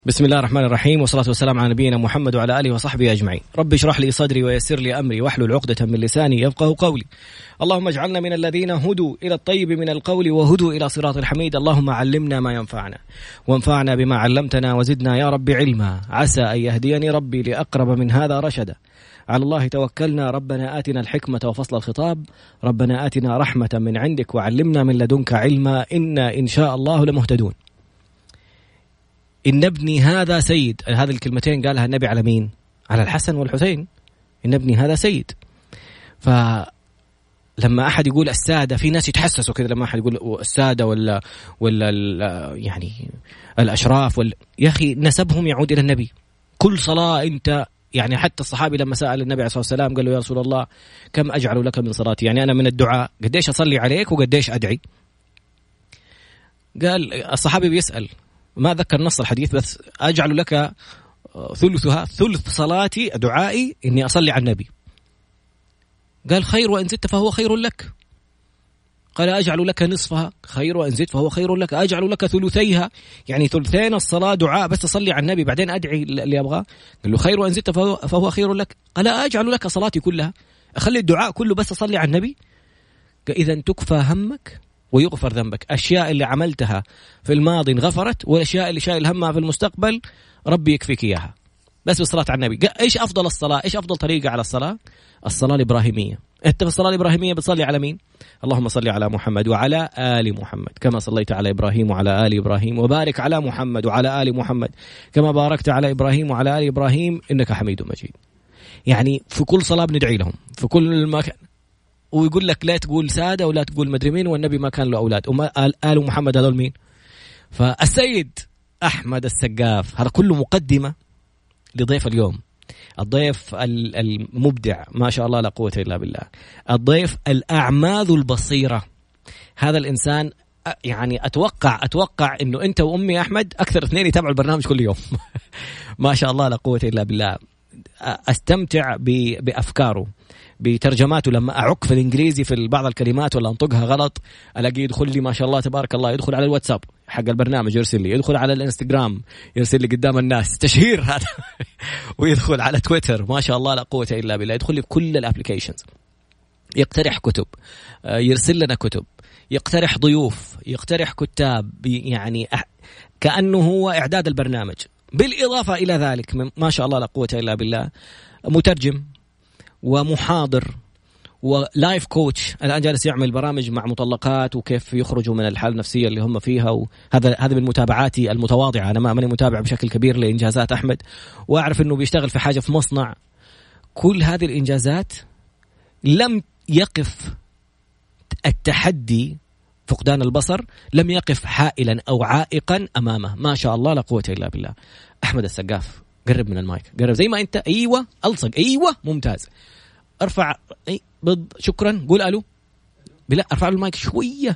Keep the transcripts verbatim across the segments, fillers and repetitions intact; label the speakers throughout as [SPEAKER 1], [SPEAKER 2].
[SPEAKER 1] بسم الله الرحمن الرحيم، والصلاة والسلام على نبينا محمد وعلى آله وصحبه أجمعين. رب اشرح لي صدري ويسر لي أمري واحلل عقدة من لساني يفقهوا قولي. اللهم اجعلنا من الذين هدوا إلى الطيب من القول وهدوا إلى صراط الحميد. اللهم علمنا ما ينفعنا وانفعنا بما علمتنا وزدنا يا رب علما. عسى أن يهديني ربي لأقرب من هذا رشدا. على الله توكلنا. ربنا آتنا الحكمة وفصل الخطاب. ربنا آتنا رحمة من عندك وعلمنا من لدنك علما. إنا إن شاء الله لمهتدون. إن ابني هذا سيد. هذه الكلمتين قالها النبي على مين؟ على الحسن والحسين. إن ابني هذا سيد. فلما أحد يقول السادة، في ناس يتحسسوا كذا لما أحد يقول السادة ولا ولا يعني الأشراف ولا، يا أخي نسبهم يعود إلى النبي. كل صلاة أنت يعني، حتى الصحابي لما سأل النبي عليه الصلاة والسلام قال له يا رسول الله كم أجعل لك من صلاتي؟ يعني أنا من الدعاء قديش أصلي عليك وقديش أدعي؟ قال الصحابي بيسأل، ما ذكر نص الحديث، بس أجعل لك ثلثها، ثلث صلاتي دعائي إني أصلي على النبي. قال خير، وإن زدت فهو خير لك. قال أجعل لك نصفها، خير، وإن زدت فهو خير لك. أجعل لك ثلثيها، يعني ثلثين الصلاة دعاء بس أصلي على النبي بعدين أدعي اللي أبغاه. قال له خير، وإن زدت فهو, فهو خير لك. قال أجعل لك صلاتي كلها، أخلي الدعاء كله بس أصلي على النبي. إذن تكفى همك ويغفر ذنبك. أشياء اللي عملتها في الماضي غفرت، والأشياء اللي شايل همها في المستقبل ربي يكفيك إياها بس بالصلاة على النبي. إيش أفضل الصلاة؟ إيش أفضل طريقة على الصلاة؟ الصلاة الإبراهيمية. أنت في الصلاة الإبراهيمية بتصلي على مين؟ اللهم صل على محمد وعلى آل محمد كما صليت على إبراهيم وعلى آل إبراهيم، وبارك على محمد وعلى آل محمد كما باركت على إبراهيم وعلى آل إبراهيم إنك حميد مجيد. يعني في كل صلاة بندعي لهم في كل مكان، ويقول لك لا تقول سادة ولا تقول مدري مين، والنبي ما كان له أولاد. وما آل محمد هذول مين؟ فالسيد أحمد السقاف. هذا كله مقدمة لضيف اليوم، الضيف المبدع ما شاء الله لا قوة إلا بالله، الضيف الأعماذ البصيرة. هذا الإنسان يعني أتوقع أتوقع إنه أنت وأمي أحمد أكثر اثنين يتابعوا البرنامج كل يوم. ما شاء الله لا قوة إلا بالله. أستمتع بأفكاره، بترجماته. لما أعق في الإنجليزي في بعض الكلمات ولا أنطقها غلط ألاقي يدخل لي ما شاء الله تبارك الله، يدخل على الواتساب حق البرنامج يرسل لي، يدخل على الانستغرام يرسل لي قدام الناس تشهير هذا. ويدخل على تويتر ما شاء الله لا قوة إلا بالله، يدخل لي في كل الابليكيشنز، يقترح كتب، يرسل لنا كتب، يقترح ضيوف، يقترح كتاب، يعني كأنه هو إعداد البرنامج. بالإضافة إلى ذلك ما شاء الله لا قوة إلا بالله مترجم ومحاضر ولايف كوتش. الآن جالس يعمل برامج مع مطلقات وكيف يخرجوا من الحالة النفسية اللي هم فيها، وهذا هذا من متابعاتي المتواضعة. أنا ما ماني متابع بشكل كبير لإنجازات أحمد، وأعرف إنه بيشتغل في حاجة في مصنع. كل هذه الإنجازات لم يقف التحدي فقدان البصر، لم يقف حائلا أو عائقا أمامه. ما شاء الله لا قوة إلا بالله. أحمد السقاف قرب من المايك، قرب زي ما أنت. أيوة ألصق، أيوة ممتاز. ارفع أي بض. شكرا. قول ألو. بلا ارفع له المايك شوية.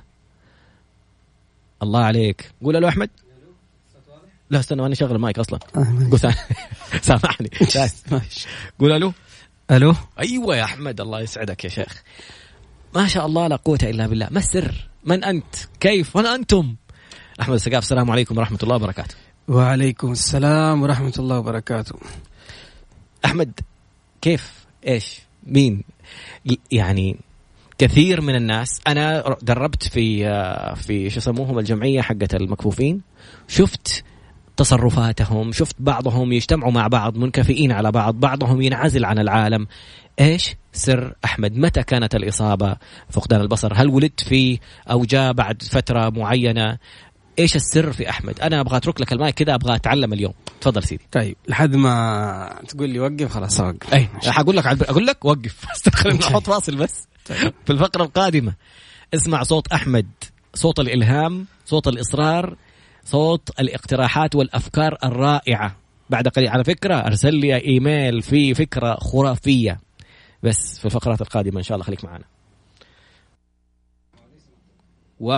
[SPEAKER 1] الله عليك. قول ألو أحمد. لا استنى أنا شغل المايك أصلا. قول ثاني. سامحني. قول ألو.
[SPEAKER 2] ألو.
[SPEAKER 1] أيوة يا أحمد الله يسعدك يا شيخ. ما شاء الله لا قوة إلا بالله. ما السر؟ من أنت؟ كيف؟ من أنتم؟ أحمد السقاف. السلام عليكم ورحمة الله وبركاته.
[SPEAKER 2] وعليكم السلام ورحمة الله وبركاته.
[SPEAKER 1] أحمد كيف؟ إيش؟ مين؟ يعني كثير من الناس أنا دربت في في شو يسموهم الجمعية حقة المكفوفين، شفت تصرفاتهم، شفت بعضهم يجتمعوا مع بعض منكفئين على بعض، بعضهم ينعزل عن العالم. إيش سر أحمد؟ متى كانت الإصابة فقدان البصر؟ هل ولدت فيه أو جاء بعد فترة معينة؟ إيش السر في أحمد؟ أنا أبغى أترك لك المايك كذا، أبغى أتعلم اليوم. تفضل سيدي.
[SPEAKER 2] طيب لحد ما تقول لي وقف خلاص أوقف.
[SPEAKER 1] أي هقول لك أقول لك وقف. استخدم نحط فاصل بس. طيب. في الفقرة القادمة اسمع صوت أحمد، صوت الإلهام، صوت الإصرار، صوت الاقتراحات والأفكار الرائعة. بعد قليل على فكرة أرسل لي إيميل في فكرة خرافية، بس في الفقرات القادمة إن شاء الله. خليك معنا. واو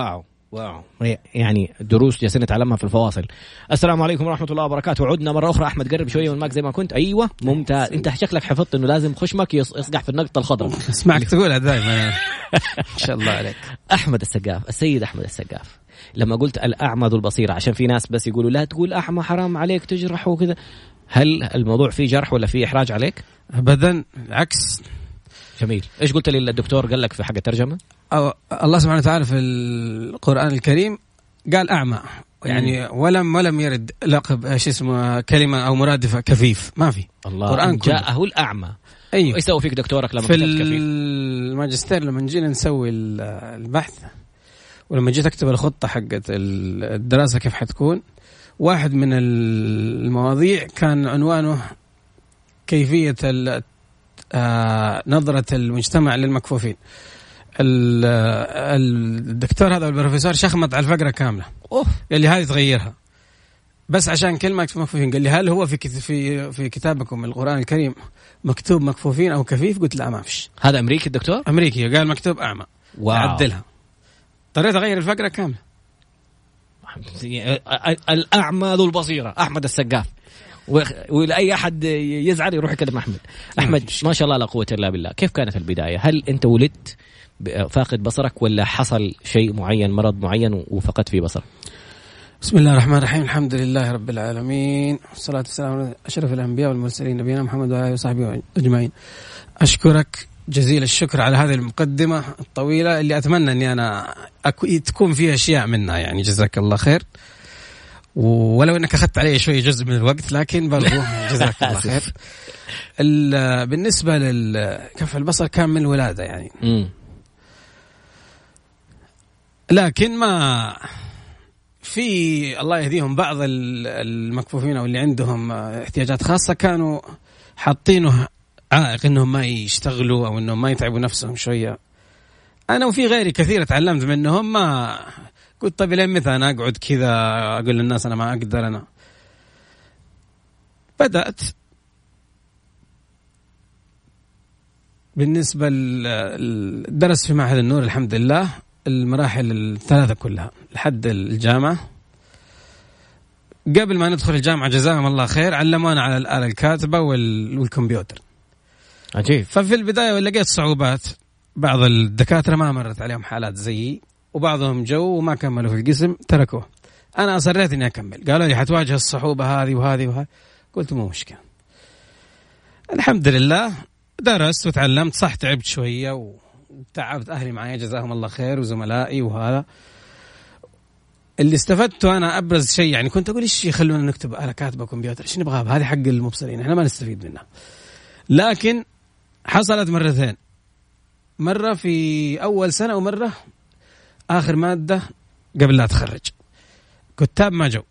[SPEAKER 1] واو، يعني دروس جالسين نتعلمها في الفواصل. السلام عليكم ورحمة الله وبركاته. عدنا مرة أخرى. أحمد قرب شوية من الماك زي ما كنت. أيوة ممتاز. أنت شكلك حفظت إنه لازم خشمك يصقع في النقطة الخضراء.
[SPEAKER 2] اسمعك تقولها دائما. إن شاء الله عليك.
[SPEAKER 1] أحمد السقاف، السيد أحمد السقاف، لما قلت الأعمى ذو البصيرة، عشان في ناس بس يقولوا لا تقول أعمى حرام عليك تجرح وكذا، هل الموضوع فيه جرح ولا فيه إحراج عليك؟
[SPEAKER 2] أبدا، العكس.
[SPEAKER 1] جميل. إيش قلت لي الدكتور قال لك في حق الترجمة؟
[SPEAKER 2] أو الله سبحانه وتعالى في القرآن الكريم قال أعمى، يعني ولم ولم يرد لقب ايش اسمه كلمة أو مرادفة كفيف، ما في.
[SPEAKER 1] الله القرآن جاءه الأعمى.
[SPEAKER 2] أيوه.
[SPEAKER 1] إيش سوى فيك دكتورك لما
[SPEAKER 2] في
[SPEAKER 1] كتبت كفيف؟
[SPEAKER 2] في الماجستير لما جينا نسوي البحث ولما جيت أكتب الخطة حقت الدراسة كيف حتكون، واحد من المواضيع كان عنوانه كيفية نظرة المجتمع للمكفوفين. الدكتور هذا البروفيسور شخمط على الفقرة كاملة.
[SPEAKER 1] أوه.
[SPEAKER 2] قال لي هذه تغيرها بس عشان كلمة مكفوفين. قال لي هل هو في في في كتابكم القرآن الكريم مكتوب مكفوفين أو كفيف؟ قلت لا ما فيش.
[SPEAKER 1] هذا أمريكي الدكتور؟
[SPEAKER 2] أمريكي. قال مكتوب أعمى. عدلها، اضطريت أغير الفقرة كاملة.
[SPEAKER 1] الأعمى ذو البصيرة أحمد السقاف، ولأي أحد يزعل يروح يكلم أحمد. أحمد ما شاء الله لا قوة إلا بالله، كيف كانت البداية؟ هل أنت ولدت فاقد بصرك ولا حصل شيء معين، مرض معين وفقدت فيه بصرك؟
[SPEAKER 2] بسم الله الرحمن الرحيم، الحمد لله رب العالمين، والصلاة والسلام على أشرف الأنبياء والمرسلين نبينا محمد وآله وصحبه أجمعين. أشكرك جزيل الشكر على هذه المقدمة الطويلة اللي أتمنى أني أنا أكو... تكون فيها أشياء منها، يعني جزاك الله خير، ولو أنك أخذت علي شوي جزء من الوقت لكن برضو جزاك الله خير. بالنسبة للكف البصر كان من الولادة يعني م. لكن ما في الله يهديهم بعض المكفوفين أو اللي عندهم احتياجات خاصة كانوا حاطينه عائق انهم ما يشتغلوا او انهم ما يتعبوا نفسهم شويه. انا وفي غيري كثير تعلمت منهم، ما قلت طيب لين متى انا اقعد كذا اقول للناس انا ما اقدر. انا بدات بالنسبه للدرس في معهد النور الحمد لله المراحل الثلاثه كلها لحد الجامعه. قبل ما ندخل الجامعه جزاهم الله خير علمونا على الآلة الكاتبه والكمبيوتر.
[SPEAKER 1] عجيب.
[SPEAKER 2] ففي البداية لقيت صعوبات، بعض الدكاترة ما مرت عليهم حالات زيي، وبعضهم جو وما كملوا في القسم تركوه. أنا أصريت إني أكمل، قالوا لي حتواجه الصعوبة هذه وهذه وهذه، قلت مو مشكلة. الحمد لله درست وتعلمت، صح تعبت شوية وتعبت أهلي معايا جزاهم الله خير وزملائي، وهذا اللي استفدته أنا. أبرز شيء يعني كنت أقول إيش يخلونا نكتب آلة كاتبة كمبيوتر، إيش نبغى، هذه حق المبصرين إحنا ما نستفيد منها. لكن حصلت مرتين، مرة في أول سنة ومرة آخر مادة قبل لا أتخرج، كتاب ما جو.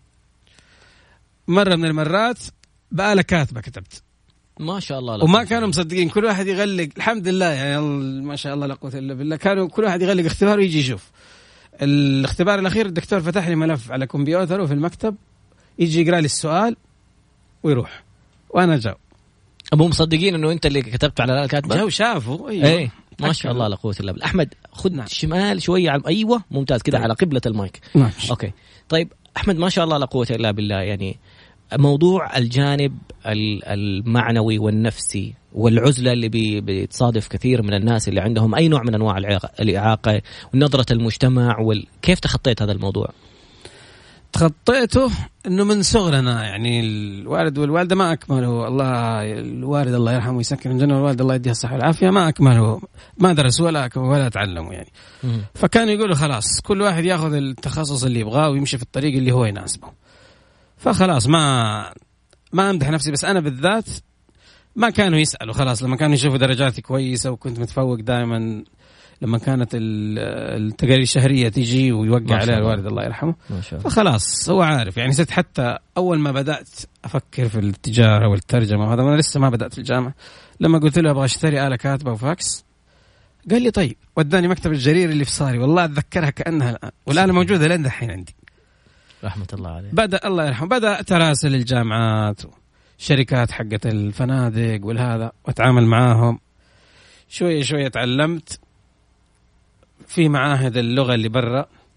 [SPEAKER 2] مرة من المرات بآلة كاتبة كتبت
[SPEAKER 1] ما شاء الله،
[SPEAKER 2] وما كانوا مصدقين، كل واحد يغلق. الحمد لله يعني ما شاء الله لا قوة إلا بالله، كانوا كل واحد يغلق اختبار ويجي يشوف. الاختبار الأخير الدكتور فتح لي ملف على كمبيوتر وفي المكتب، يجي يقرأ لي السؤال ويروح وأنا جاوب.
[SPEAKER 1] أبو مصدقين إنه أنت اللي كتبت على الآلة الكاتبة؟
[SPEAKER 2] جو شافوا. أيوة.
[SPEAKER 1] ايه ما شاء الله لا قوة إلا بالله. أحمد خد نعم. شمال شوية على أيوة ممتاز كده على قبلة المايك.
[SPEAKER 2] نعم.
[SPEAKER 1] أوكي طيب أحمد ما شاء الله لا قوة إلا بالله، يعني موضوع الجانب المعنوي والنفسي والعزلة اللي بيتصادف كثير من الناس اللي عندهم أي نوع من أنواع الإعاقة ونظرة المجتمع وال... كيف تخطيت هذا الموضوع؟
[SPEAKER 2] تخطيته انه من صغرنا، يعني الوالد والوالده ما اكملوا، الله الوالد الله يرحمه ويسكن الجنه والوالد الله يديها الصحه والعافيه ما اكملوا، ما درسوا ولا ولا تعلموا يعني. م- فكانوا يقولوا خلاص كل واحد ياخذ التخصص اللي يبغاه ويمشي في الطريق اللي هو يناسبه. فخلاص ما ما امدح نفسي، بس انا بالذات ما كانوا يسالوا، خلاص لما كانوا يشوفوا درجاتي كويسه وكنت متفوق دائما، لما كانت التقارير الشهرية تيجي ويوقع عليها الوالد الله يرحمه، فخلاص هو عارف يعني. ست حتى أول ما بدأت أفكر في التجارة والترجمة وهذا، وأنا لسه ما بدأت في الجامعة، لما قلت له أبغى أشتري آلة كاتبة وفاكس قال لي طيب، وداني مكتب الجرير اللي في صاري، والله أتذكرها كأنها الآن، والآلة موجودة لين دحين عندي
[SPEAKER 1] رحمة الله عليه.
[SPEAKER 2] بدأ الله يرحمه بدأ تراسل الجامعات وشركات حقة الفنادق والهذا وأتعامل معاهم، شوية شوية تعلمت في معاهد اللغة اللي برا،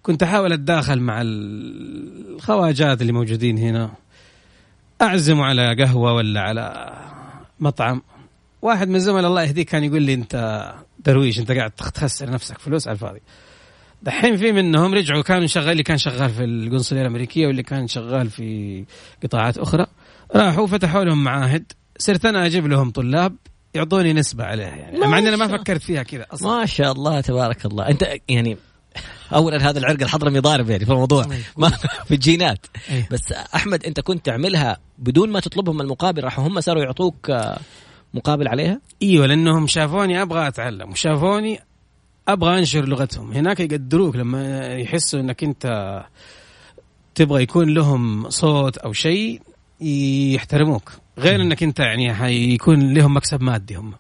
[SPEAKER 2] كنت أحاول أتداخل مع الخواجات اللي موجودين هنا، أعزم على قهوة ولا على مطعم. واحد من الزملاء الله يهديك كان يقول لي أنت درويش، أنت قاعد تخسر نفسك فلوس على الفاضي. دحين في منهم رجعوا، كانوا شغال، اللي كان شغال في القنصلية الأمريكية واللي كان شغال في قطاعات أخرى، راحوا فتحوا لهم معاهد، صرت أنا أجيب لهم طلاب يعطوني نسبة عليها يعني، مع أني أنا ما فكرت فيها كذا أصلا.
[SPEAKER 1] ما شاء الله تبارك الله. أنت يعني أولا هذا العرق الحضرمي ضارب يعني في الموضوع ما في الجينات. بس أحمد أنت كنت تعملها بدون ما تطلبهم المقابل، راحوا هم صاروا يعطوك مقابل عليها؟
[SPEAKER 2] ايوه، لانهم شافوني ابغى اتعلم وشافوني ابغى انشر لغتهم. هناك يقدروك لما يحسوا انك انت تبغى يكون لهم صوت او شيء، يحترموك، غير انك انت يعني حيكون لهم مكسب مادي هم.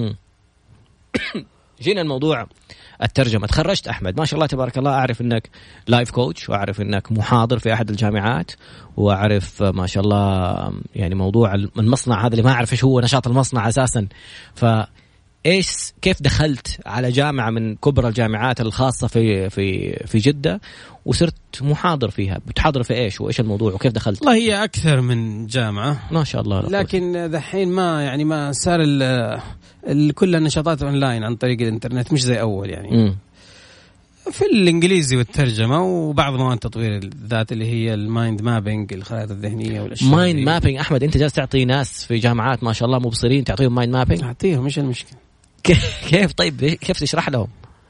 [SPEAKER 1] جينا الموضوع الترجمة. تخرجت أحمد ما شاء الله تبارك الله، أعرف أنك لايف كوتش، وأعرف أنك محاضر في أحد الجامعات، وأعرف ما شاء الله يعني موضوع المصنع هذا اللي ما أعرف إيش هو نشاط المصنع أساسا. فإيش كيف دخلت على جامعة من كبرى الجامعات الخاصة في في في جدة وصرت محاضر فيها؟ بتحاضر في إيش وإيش الموضوع وكيف دخلت؟
[SPEAKER 2] والله هي أكثر من جامعة
[SPEAKER 1] ما شاء الله،
[SPEAKER 2] لكن دحين ما يعني ما صار كل النشاطات أونلاين عن طريق الإنترنت، مش زي أول يعني. م. في الإنجليزي والترجمة وبعض مواد تطوير الذات اللي هي المايند مابينج، الخرائط الذهنية والأشياء.
[SPEAKER 1] مايند مابينج أحمد، أنت جالس تعطي ناس في جامعات ما شاء الله مبصرين تعطيهم مايند مابينج؟
[SPEAKER 2] أعطيهم، مش المشكلة.
[SPEAKER 1] كيف طيب كيف تشرح لهم؟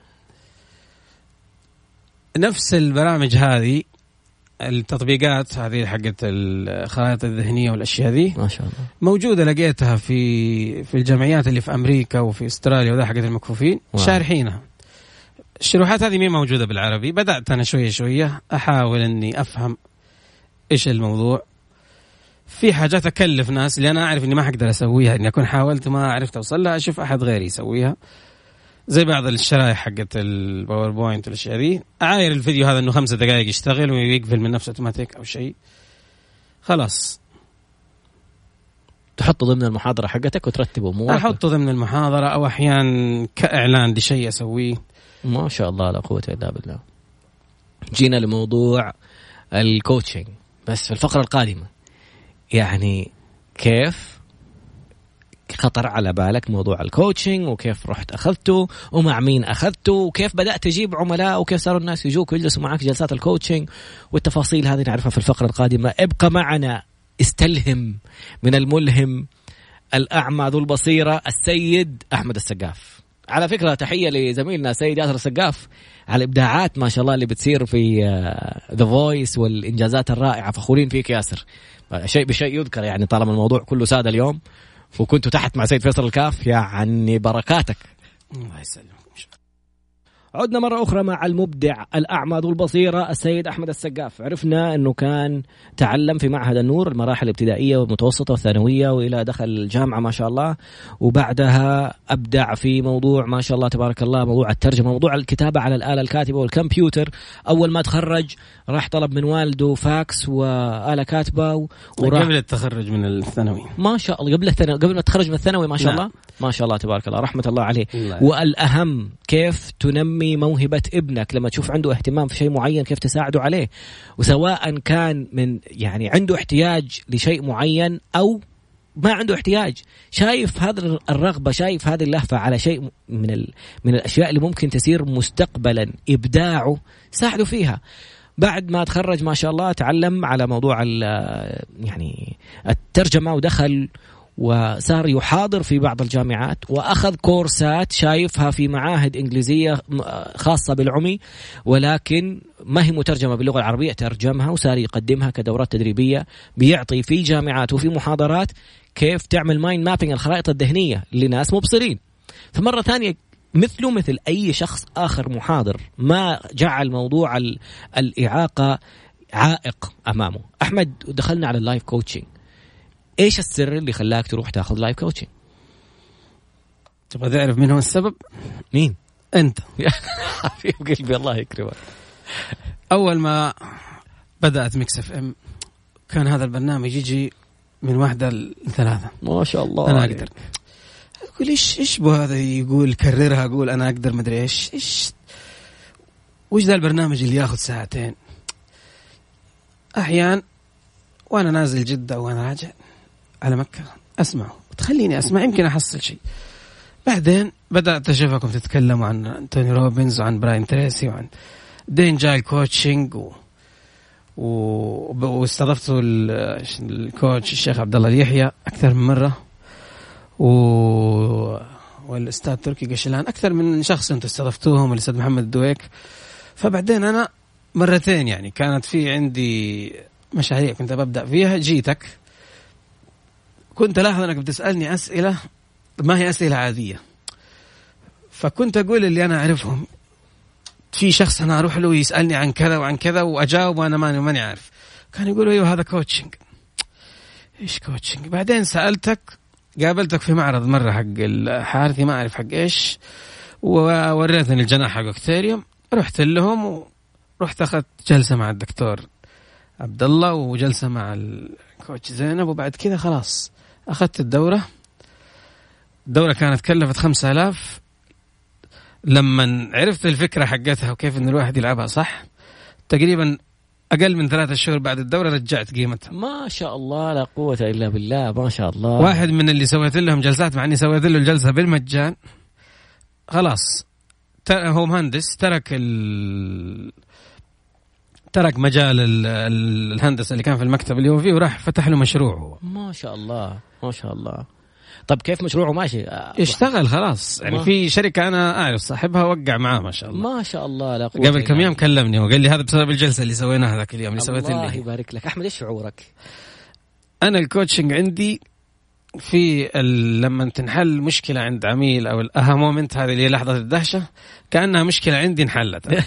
[SPEAKER 2] نفس البرامج هذه، التطبيقات هذه حقت الخرائط الذهنية والأشياء ذي
[SPEAKER 1] ما شاء الله
[SPEAKER 2] موجودة، لقيتها في في الجمعيات اللي في أمريكا وفي أستراليا وذا حقت المكفوفين شارحينها. الشروحات هذه مين موجودة بالعربي. بدأت أنا شوية شوية أحاول أني أفهم إيش الموضوع. في حاجات أكلف ناس اللي أنا أعرف أني ما حقدر أسويها، أني أكون حاولت ما عرفت أوصل لها، أشوف أحد غيري يسويها، زي بعض الشرائح حقت الباوربوينت والأشياء دي. أعاير الفيديو هذا إنه خمسة دقائق يشتغل ويقفل من نفسه أوتوماتيك أو شيء، خلاص
[SPEAKER 1] تحطه ضمن المحاضرة حقتك وترتبه مواقف.
[SPEAKER 2] أحطه ضمن المحاضرة أو أحيان كإعلان لشيء أسويه.
[SPEAKER 1] ما شاء الله لا قوة إلا بالله. جينا لموضوع الكوتشنج بس في الفقرة القادمة، يعني كيف خطر على بالك موضوع الكوتشنج وكيف رحت أخذته ومع مين أخذته وكيف بدأت تجيب عملاء وكيف صاروا الناس يجوك ويجلسوا معك جلسات الكوتشنج، والتفاصيل هذه نعرفها في الفقرة القادمة. ابقى معنا، استلهم من الملهم الأعمى ذو البصيرة السيد أحمد السقاف. على فكرة تحية لزميلنا سيد ياسر السقاف على الإبداعات ما شاء الله اللي بتصير في The Voice والإنجازات الرائعة، فخورين فيك ياسر. شيء بشيء يذكر يعني طالما الموضوع كله سادة اليوم وكنتوا تحت مع سيد فيصل الكاف، يعني بركاتك.
[SPEAKER 2] الله يسلمك.
[SPEAKER 1] عدنا مرة أخرى مع المبدع الأعمى ذو البصيرة السيد أحمد السقاف. عرفنا أنه كان تعلم في معهد النور المراحل الابتدائية والمتوسطة والثانوية، وإلى دخل الجامعة ما شاء الله، وبعدها أبدع في موضوع ما شاء الله تبارك الله موضوع الترجمة، موضوع الكتابة على الآلة الكاتبة والكمبيوتر. أول ما تخرج راح طلب من والده فاكس وآلة كاتبة
[SPEAKER 2] وراح قبل التخرج من الثانوي
[SPEAKER 1] ما شاء الله، قبل الثانوي قبل ما تخرج من الثانوي ما شاء الله ما شاء الله تبارك الله رحمة الله عليه. الله. والأهم كيف تنمي موهبة ابنك لما تشوف عنده اهتمام في شيء معين، كيف تساعده عليه، وسواء كان من يعني عنده احتياج لشيء معين أو ما عنده احتياج، شايف هذا الرغبة، شايف هذه اللهفة على شيء من ال من الأشياء اللي ممكن تصير مستقبلا إبداعه، ساعده فيها. بعد ما تخرج ما شاء الله تعلم على موضوع يعني الترجمة ودخل وصار يحاضر في بعض الجامعات وأخذ كورسات شايفها في معاهد إنجليزية خاصة بالعمي، ولكن ما هي مترجمة باللغة العربية، ترجمها وصار يقدمها كدورات تدريبية، بيعطي في جامعات وفي محاضرات كيف تعمل مايند مابينج الخرائط الذهنية لناس مبصرين. فمرة ثانية مثله مثل أي شخص آخر محاضر، ما جعل موضوع الإعاقة عائق أمامه. أحمد دخلنا على اللايف كوتشنج، إيش السر اللي خلاك تروح تأخذ لايف كوتشنج؟
[SPEAKER 2] تبغى تعرف مين هو السبب؟
[SPEAKER 1] مين؟
[SPEAKER 2] أنت.
[SPEAKER 1] حبيب قلبي الله يكرمك.
[SPEAKER 2] أول ما بدأت ميكس اف ام كان هذا البرنامج يجي من واحدة لثلاثة.
[SPEAKER 1] ما شاء الله.
[SPEAKER 2] أنا أقدر. أقول إيش إيش بو هذا يقول كررها، أقول أنا أقدر مدري إيش إيش. وش ذا البرنامج اللي ياخذ ساعتين؟ أحيان وأنا نازل جدة وأنا راجع على مكة أسمعه وتخليني أسمع يمكن أحصل شيء. بعدين بدأت أشوفكم تتكلموا عن أنتوني روبنز وعن براين تريسي وعن دين جاي كوتشنج و... و... واستضفتوا الكوتش الشيخ عبد الله اليحيى أكثر من مرة و... والأستاذ تركي قشلان أكثر من شخص أنتوا استضفتوهم والأستاذ محمد الدويك. فبعدين أنا مرتين يعني كانت في عندي مشاريع كنت ببدأ فيها جيتك كنت لاحظ أنك بتسألني أسئلة ما هي أسئلة عادية فكنت أقول اللي أنا أعرفهم. في شخص أنا أروح له يسألني عن كذا وعن كذا وأجاوب وأنا ماني ماني عارف كان يقولوا أيوه هذا كوتشنج. إيش كوتشنج؟ بعدين سألتك قابلتك في معرض مرة حق الحارثي ما أعرف حق إيش ووريتني الجناح حق أكتيريوم رحت لهم ورحت أخذت جلسة مع الدكتور عبد الله وجلسة مع الكوتش زينب وبعد كذا خلاص أخذت الدورة. الدورة كانت كلفت خمسة آلاف. لما عرفت الفكرة حقتها وكيف إن الواحد يلعبها صح تقريبا أقل من ثلاثة شهور بعد الدورة رجعت قيمتها.
[SPEAKER 1] ما شاء الله لا قوة إلا بالله ما شاء الله.
[SPEAKER 2] واحد من اللي سويت لهم جلسات مع أني سويت له الجلسة بالمجان خلاص هو مهندس ترك ال ترك مجال الهندسة اللي كان في المكتب اللي هو فيه وراح فتح له مشروع هو.
[SPEAKER 1] ما شاء الله ما شاء الله. طب كيف مشروعه ماشي؟
[SPEAKER 2] يشتغل خلاص يعني ما. في شركة أنا أعرف صاحبها وقع معاه ما شاء الله.
[SPEAKER 1] ما شاء الله لا قوة.
[SPEAKER 2] قبل كم يوم كلمني وقال لي هذا بسبب الجلسة اللي سويناها ذاك اليوم اللي سويت لي.
[SPEAKER 1] الله يبارك لك. أحمد إيش شعورك؟
[SPEAKER 2] أنا الكوتشنج عندي في لما تنحل مشكلة عند عميل أو الأها مومنت هذه اللي هي لحظة الدهشة كأنها مشكلة عندي انحلت.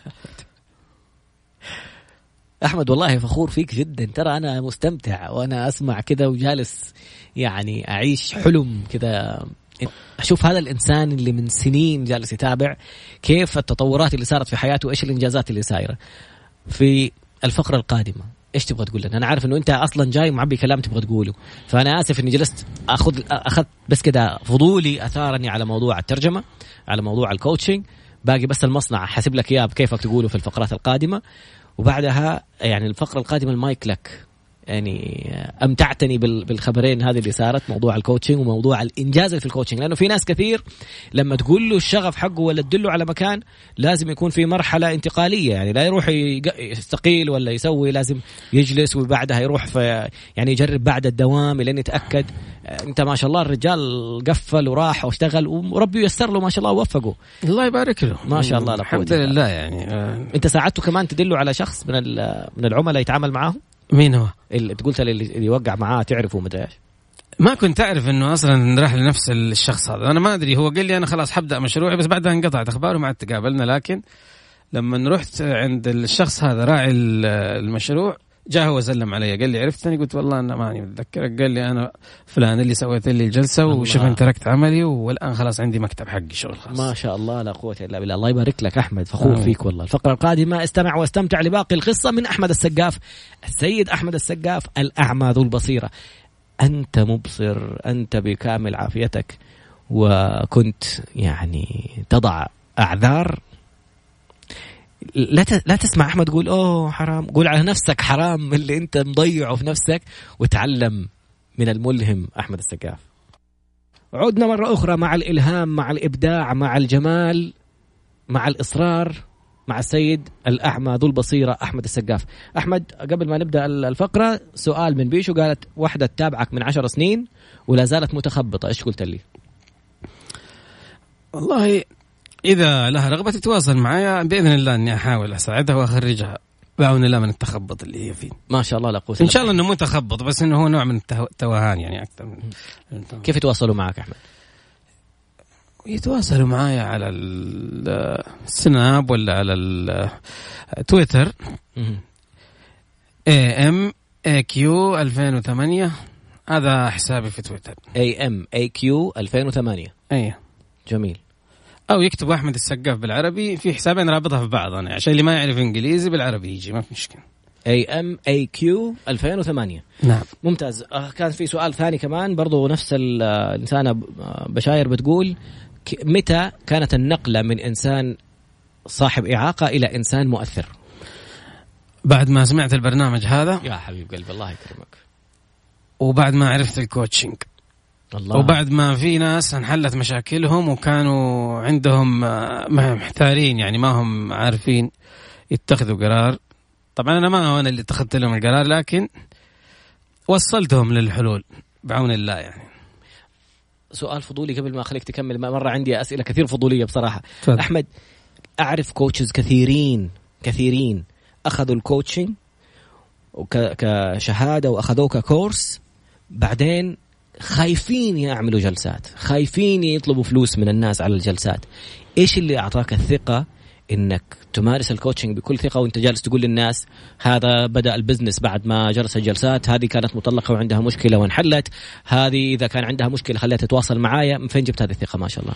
[SPEAKER 1] أحمد والله فخور فيك جدا. ترى أنا مستمتع وأنا أسمع كذا وجالس يعني أعيش حلم كذا أشوف هذا الإنسان اللي من سنين جالس يتابع كيف التطورات اللي صارت في حياته وإيش الإنجازات اللي صايرة. في الفقرة القادمة إيش تبغى تقول لنا؟ أنا عارف إنه أنت أصلا جاي معبي كلام تبغى تقوله فأنا آسف إني جلست أخذ أخذت بس كده فضولي أثارني على موضوع الترجمة على موضوع الكوتشنج. باقي بس المصنع حسب لك إياه بكيفك تقوله في الفقرات القادمة وبعدها يعني الفقرة القادمة المايك لك. يعني أمتعتني بالخبرين هذه اللي صارت موضوع الكوتشنج وموضوع الإنجاز في الكوتشنج لأنه في ناس كثير لما تقول له الشغف حقه ولا تدله على مكان لازم يكون في مرحلة انتقالية يعني لا يروح يستقيل ولا يسوي لازم يجلس وبعدها يروح في يعني يجرب بعد الدوام لين يتأكد. أنت ما شاء الله الرجال قفل وراح واشتغل وربي ييسر له ما شاء الله ووفقه
[SPEAKER 2] الله يبارك له
[SPEAKER 1] ما شاء الله.
[SPEAKER 2] الحمد لله يعني آه.
[SPEAKER 1] أنت ساعدته كمان تدله على شخص من من العملاء يتعامل معه.
[SPEAKER 2] مين هو؟
[SPEAKER 1] اللي تقولت اللي يوقع معاه تعرفه مدري ايش؟
[SPEAKER 2] ما كنت أعرف إنه أصلاً راح لنفس الشخص هذا. أنا ما أدري هو قال لي أنا خلاص حبدأ مشروعي بس بعدها انقطعت أخباره ما عاد تقابلنا. لكن لما رحت عند الشخص هذا راعي المشروع جاء هو سلم علي قال لي عرفتني قلت والله أنا ماني متذكرك. قال لي أنا فلان اللي سويت لي الجلسة وشوف أنت تركت عملي والآن خلاص عندي مكتب حقي شغل خاص.
[SPEAKER 1] ما شاء الله لا قوة إلا بالله. الله يبارك لك أحمد فخور آه. فيك والله. الفقرة القادمة استمع واستمتع لباقي القصة من أحمد السقاف السيد أحمد السقاف الأعمى ذو البصيرة. أنت مبصر أنت بكامل عافيتك وكنت يعني تضع أعذار لا لا تسمع أحمد قول أوه حرام. قول على نفسك حرام اللي أنت مضيعه في نفسك وتعلم من الملهم أحمد السقاف. عدنا مرة أخرى مع الإلهام مع الإبداع مع الجمال مع الإصرار مع السيد الأعمى ذو البصيرة أحمد السقاف. أحمد قبل ما نبدأ الفقرة سؤال من بيشو قالت واحدة تتابعك من عشر سنين ولا زالت متخبطة إيش قلت لي؟
[SPEAKER 2] والله إذا لها رغبة تتواصل معايا بإذن الله أني أحاول أساعدها وأخرجها بعون الله من التخبط اللي هي فيه.
[SPEAKER 1] ما شاء الله لا قوة
[SPEAKER 2] إن شاء الله إنه مو تخبط بس إنه هو نوع من التوهان يعني أكثر من.
[SPEAKER 1] كيف يتواصلوا معك أحمد؟
[SPEAKER 2] يتواصلوا معايا على السناب ولا على التويتر إيه إم إيه كيو ألفين وثمانية هذا حسابي في تويتر
[SPEAKER 1] إيه إم إيه كيو ألفين وثمانية.
[SPEAKER 2] أيه
[SPEAKER 1] جميل.
[SPEAKER 2] أو يكتب أحمد السقاف بالعربي في حسابين رابطها في بعض أنا عشان اللي ما يعرف إنجليزي بالعربي يجي ما في مشكلة.
[SPEAKER 1] إيه إم إيه كيو ألفين وثمانية.
[SPEAKER 2] نعم
[SPEAKER 1] ممتاز. كان في سؤال ثاني كمان برضو نفس الإنسانة بشاير بتقول متى كانت النقلة من إنسان صاحب إعاقة إلى إنسان مؤثر.
[SPEAKER 2] بعد ما سمعت البرنامج هذا
[SPEAKER 1] يا حبيب قلبي الله يكرمك،
[SPEAKER 2] وبعد ما عرفت الكوتشنج الله. وبعد ما في ناس انحلت مشاكلهم وكانوا عندهم محتارين، يعني ما هم عارفين يتخذوا قرار. طبعا أنا ما أنا اللي اتخذت لهم القرار، لكن وصلتهم للحلول بعون الله. يعني
[SPEAKER 1] سؤال فضولي قبل ما أخليك تكمل، ما مرة عندي أسئلة كثير فضولية بصراحة.
[SPEAKER 2] فضل.
[SPEAKER 1] أحمد، أعرف كوتشز كثيرين كثيرين أخذوا الكوتشنج كشهادة وأخذوه ككورس، بعدين خايفين يعملوا جلسات، خايفين يطلبوا فلوس من الناس على الجلسات. إيش اللي أعطاك الثقة إنك تمارس الكوتشنج بكل ثقة وإنت جالس تقول للناس هذا بدأ البزنس بعد ما جلس الجلسات، هذه كانت مطلقة وعندها مشكلة وانحلت، هذه إذا كان عندها مشكلة خليها تتواصل معايا؟ من فين جبت هذه الثقة ما شاء الله؟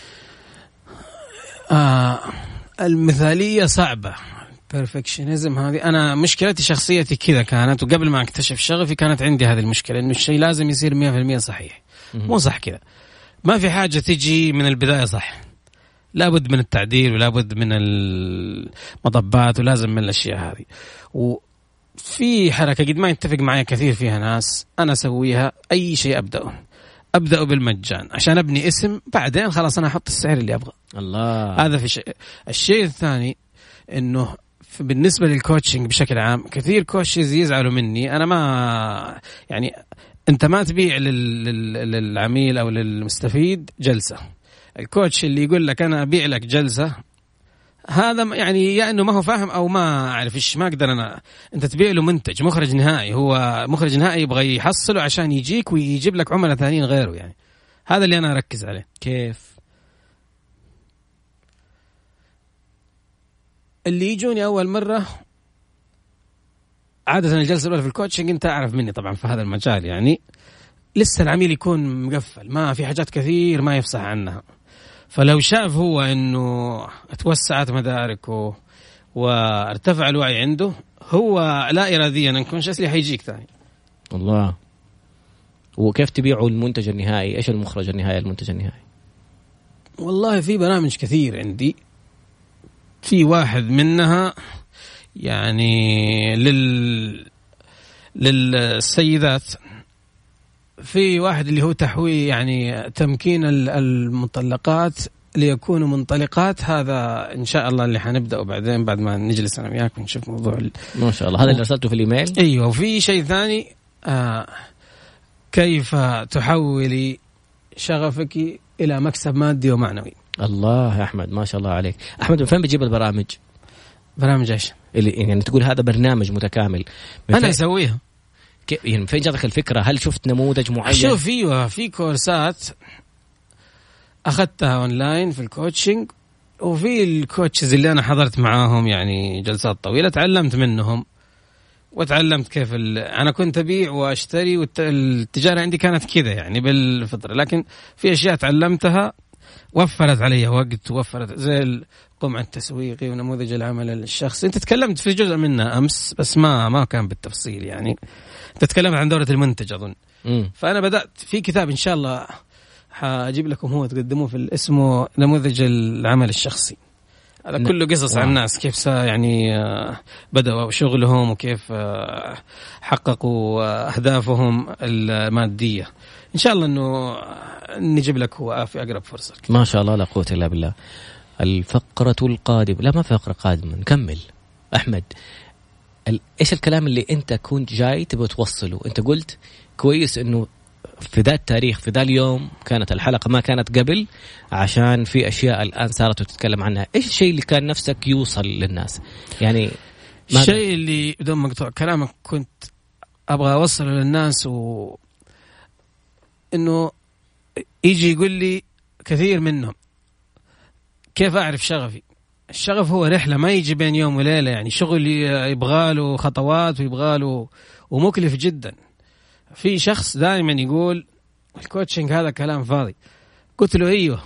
[SPEAKER 2] آه المثالية صعبة، perfectionism هذه. أنا مشكلتي شخصيتي كذا كانت، وقبل ما أكتشف شغفي كانت عندي هذه المشكلة، إنه الشيء لازم يصير مية في المية صحيح. مو صح كذا، ما في حاجة تيجي من البداية صح، لابد من التعديل ولابد من المطبات ولازم من الأشياء هذه. وفي حركة قد ما يتفق معي كثير فيها ناس، أنا أسويها أي شيء أبدأه أبدأه بالمجان عشان أبني اسم، بعدين خلاص أنا أحط السعر اللي أبغى.
[SPEAKER 1] الله.
[SPEAKER 2] هذا في شيء. الشيء الثاني إنه بالنسبة للكوتشنج بشكل عام، كثير كوتشز يزعلوا مني. أنا ما يعني أنت ما تبيع للعميل أو للمستفيد جلسة. الكوتش اللي يقول لك أنا أبيع لك جلسة، هذا يعني يا إنه ما هو فاهم أو ما أعرف إيش، ما أقدر أنا. أنت تبيع له منتج، مخرج نهائي، هو مخرج نهائي يبغى يحصله عشان يجيك ويجيب لك عملاء ثانيين غيره. يعني هذا اللي أنا أركز عليه.
[SPEAKER 1] كيف؟
[SPEAKER 2] اللي يجوني أول مرة عادة الجلسة الأولى في الكوتشنج، أنت أعرف مني طبعا في هذا المجال، يعني لسه العميل يكون مقفل، ما في حاجات كثير ما يفصح عنها. فلو شاف هو إنه اتوسعت مداركه وارتفع الوعي عنده، هو لا إراديا انكونشسلي حيجيك ثاني.
[SPEAKER 1] الله. وكيف تبيعوا المنتج النهائي؟ إيش المخرج النهائي المنتج النهائي؟
[SPEAKER 2] والله في برامج كثير عندي، في واحد منها يعني لل للسيدات، في واحد اللي هو تحوي يعني تمكين المطلقات ليكونوا منطلقات. هذا إن شاء الله اللي حنبدأه بعدين بعد ما نجلس أنا وياك ونشوف موضوع ال...
[SPEAKER 1] ما شاء الله. هذا اللي أرسلته في الإيميل.
[SPEAKER 2] أيوة. وفي شيء ثاني، آه كيف تحولي شغفك إلى مكسب مادي ومعنوي.
[SPEAKER 1] الله يا أحمد، ما شاء الله عليك. أحمد، من فين بتجيب البرامج؟
[SPEAKER 2] برامج إيش
[SPEAKER 1] اللي يعني تقول هذا برنامج متكامل؟
[SPEAKER 2] أنا أسويها.
[SPEAKER 1] يعني فين جاتك الفكرة؟ هل شفت نموذج معين؟
[SPEAKER 2] شوف، فيه في كورسات أخذتها أونلاين في الكوتشنج، وفي الكوتشز اللي أنا حضرت معاهم يعني جلسات طويلة تعلمت منهم، وتعلمت كيف أنا كنت أبيع وأشتري، والتجارة عندي كانت كذا يعني بالفطرة. لكن في أشياء تعلمتها وفرت علي وقت، وفرت زي القمع التسويقي ونموذج العمل الشخصي. أنت تكلمت في جزء منها أمس بس ما ما كان بالتفصيل، يعني تتكلم عن دورة المنتج أظن. م. فأنا بدأت في كتاب إن شاء الله حاجيب لكم هو تقدموه في اسمه نموذج العمل الشخصي. هذا ن... كله قصص عن الناس كيف يعني بدأوا شغلهم وكيف حققوا أهدافهم المادية. إن شاء الله إنه نجيب لك هو في أقرب فرصة.
[SPEAKER 1] ما شاء الله، لا قوة إلا بالله. الفقرة القادمة، لا ما فقرة قادمة، نكمل. أحمد، إيش الكلام اللي أنت كنت جاي تبغى توصله؟ أنت قلت كويس إنه في ذا التاريخ في ذا اليوم كانت الحلقة ما كانت قبل، عشان في أشياء الآن صارت تتكلم عنها. إيش الشيء اللي كان نفسك يوصل للناس؟ يعني
[SPEAKER 2] الشيء اللي بدون مقطوع كلامك كنت أبغى أوصله للناس، و إنه يجي يقول لي كثير منهم كيف أعرف شغفي. الشغف هو رحلة ما يجي بين يوم وليلة، يعني شغل يبغاله خطوات ويبغاله ومكلف جدا. في شخص دائما يقول الكوتشنج هذا كلام فاضي. قلت له ايوه،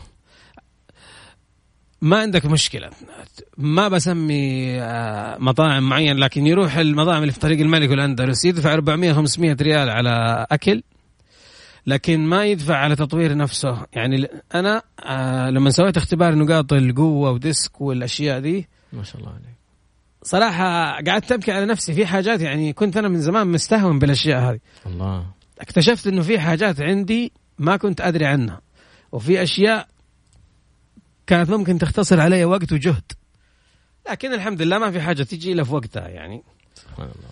[SPEAKER 2] ما عندك مشكلة، ما بسمي مطاعم معين، لكن يروح المطاعم اللي في طريق الملك والأندلس يدفع أربعمية خمسمية ريال على أكل، لكن ما يدفع على تطوير نفسه. يعني أنا آه لما سويت اختبار نقاط القوة وديسك والأشياء دي
[SPEAKER 1] ما شاء الله عليك
[SPEAKER 2] صراحة قعدت أبكي على نفسي في حاجات. يعني كنت أنا من زمان مستهون بالأشياء هذه.
[SPEAKER 1] الله.
[SPEAKER 2] اكتشفت إنه في حاجات عندي ما كنت أدري عنها، وفي أشياء كانت ممكن تختصر علي وقت وجهد، لكن الحمد لله ما في حاجة تيجي إلا في وقتها. يعني
[SPEAKER 1] سبحان الله.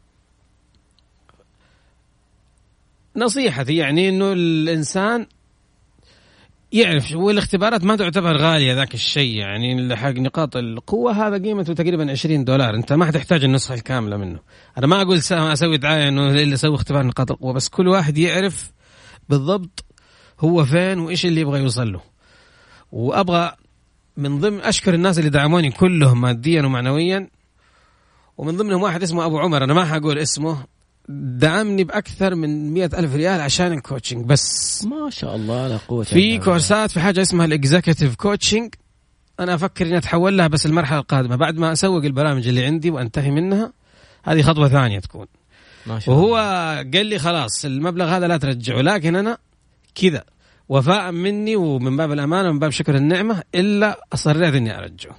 [SPEAKER 2] نصيحتي يعني إنه الإنسان يعرف، والاختبارات ما تعتبر غالية ذاك الشيء. يعني حق نقاط القوة هذا قيمته تقريبا عشرين دولار، أنت ما هتحتاج النسخة الكاملة منه. أنا ما أقول أسوي دعاية إنه اللي يسوي اختبار نقاط القوة، بس كل واحد يعرف بالضبط هو فين وإيش اللي يبغى يوصل له. وأبغى من ضمن أشكر الناس اللي دعموني كلهم ماديا ومعنويا، ومن ضمنهم واحد اسمه أبو عمر، أنا ما حقول اسمه، دعمني بأكثر من مئة ألف ريال عشان الكوتشنج بس.
[SPEAKER 1] ما شاء الله لا قوة.
[SPEAKER 2] في كورسات في حاجة اسمها الإكزيكتيف كوتشنج، أنا أفكر إني أتحول لها بس المرحلة القادمة بعد ما أسوق البرامج اللي عندي وأنتهي منها. هذه خطوة ثانية تكون.
[SPEAKER 1] ما شاء الله.
[SPEAKER 2] وهو قال لي خلاص المبلغ هذا لا ترجعه، لكن أنا كذا وفاء مني ومن باب الأمانة ومن باب شكر النعمة إلا أصريت إني أرجعه.